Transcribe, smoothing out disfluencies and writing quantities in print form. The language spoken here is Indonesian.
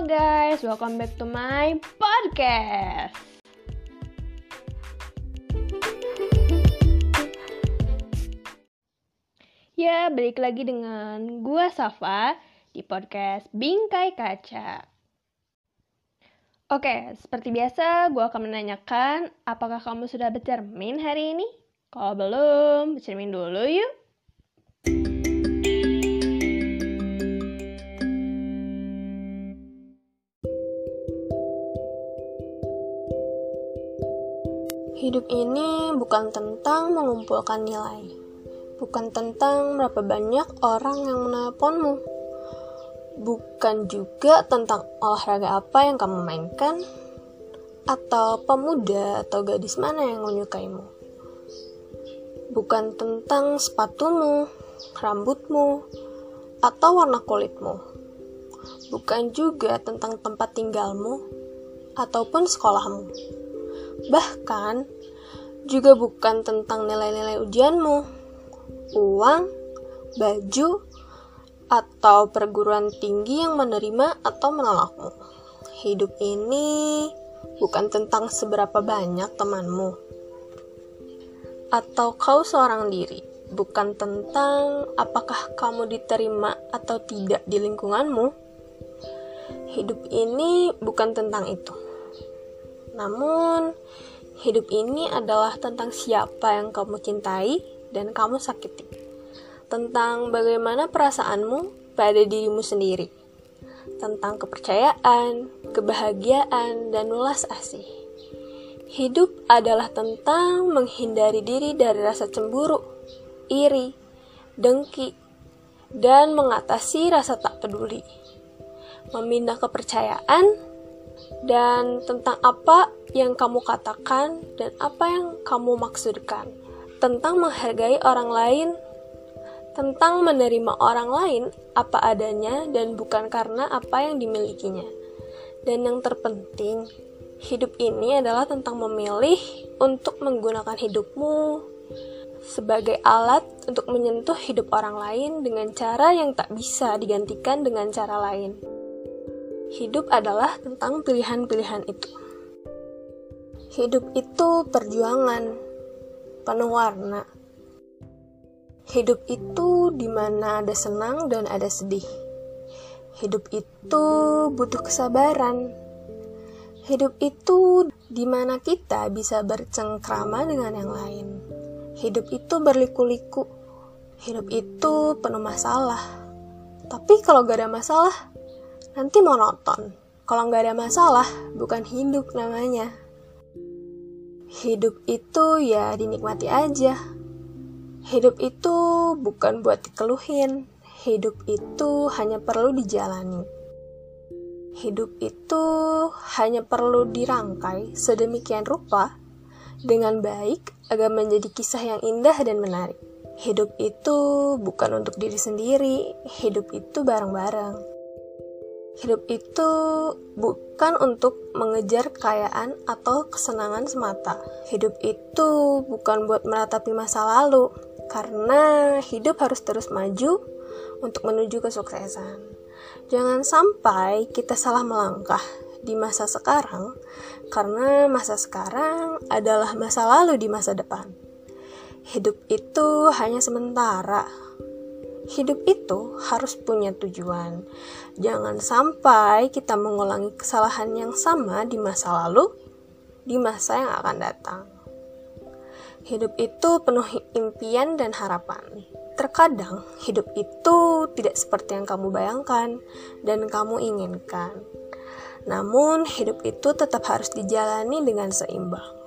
Halo guys, welcome back to my podcast. Ya, balik lagi dengan gua Safa di podcast Bingkai Kaca. Oke, seperti biasa gua akan menanyakan apakah kamu sudah bercermin hari ini? Kalau belum, bercermin dulu yuk. Hidup ini bukan tentang mengumpulkan nilai, bukan tentang berapa banyak orang yang menelponmu, bukan juga tentang olahraga apa yang kamu mainkan, atau pemuda atau gadis mana yang menyukaimu. Bukan tentang sepatumu, rambutmu, atau warna kulitmu. Bukan juga tentang tempat tinggalmu, ataupun sekolahmu. Bahkan, juga bukan tentang nilai-nilai ujianmu, uang, baju, atau perguruan tinggi yang menerima atau menolakmu. Hidup ini bukan tentang seberapa banyak temanmu, atau kau seorang diri. Bukan tentang apakah kamu diterima atau tidak di lingkunganmu. Hidup ini bukan tentang itu. Namun, hidup ini adalah tentang siapa yang kamu cintai dan kamu sakiti. Tentang bagaimana perasaanmu pada dirimu sendiri. Tentang kepercayaan, kebahagiaan, dan welas asih. Hidup adalah tentang menghindari diri dari rasa cemburu, iri, dengki, dan mengatasi rasa tak peduli. Memindah kepercayaan, dan tentang apa yang kamu katakan dan apa yang kamu maksudkan, tentang menghargai orang lain, tentang menerima orang lain apa adanya dan bukan karena apa yang dimilikinya. Dan yang terpenting, hidup ini adalah tentang memilih untuk menggunakan hidupmu sebagai alat untuk menyentuh hidup orang lain dengan cara yang tak bisa digantikan dengan cara lain. Hidup adalah tentang pilihan-pilihan itu. Hidup itu perjuangan, penuh warna. Hidup itu di mana ada senang dan ada sedih. Hidup itu butuh kesabaran. Hidup itu di mana kita bisa bercengkrama dengan yang lain. Hidup itu berliku-liku. Hidup itu penuh masalah. Tapi kalau gak ada masalah, nanti monoton. Kalau nggak ada masalah, bukan hidup namanya. Hidup itu ya dinikmati aja. Hidup itu bukan buat dikeluhin. Hidup itu hanya perlu dijalani. Hidup itu hanya perlu dirangkai sedemikian rupa dengan baik agar menjadi kisah yang indah dan menarik. Hidup itu bukan untuk diri sendiri. Hidup itu bareng-bareng. Hidup itu bukan untuk mengejar kekayaan atau kesenangan semata. Hidup itu bukan buat meratapi masa lalu, karena hidup harus terus maju untuk menuju kesuksesan. Jangan sampai kita salah melangkah di masa sekarang, karena masa sekarang adalah masa lalu di masa depan. Hidup itu hanya sementara. Hidup itu harus punya tujuan. Jangan sampai kita mengulangi kesalahan yang sama di masa lalu, di masa yang akan datang. Hidup itu penuh impian dan harapan. Terkadang hidup itu tidak seperti yang kamu bayangkan dan kamu inginkan. Namun hidup itu tetap harus dijalani dengan seimbang.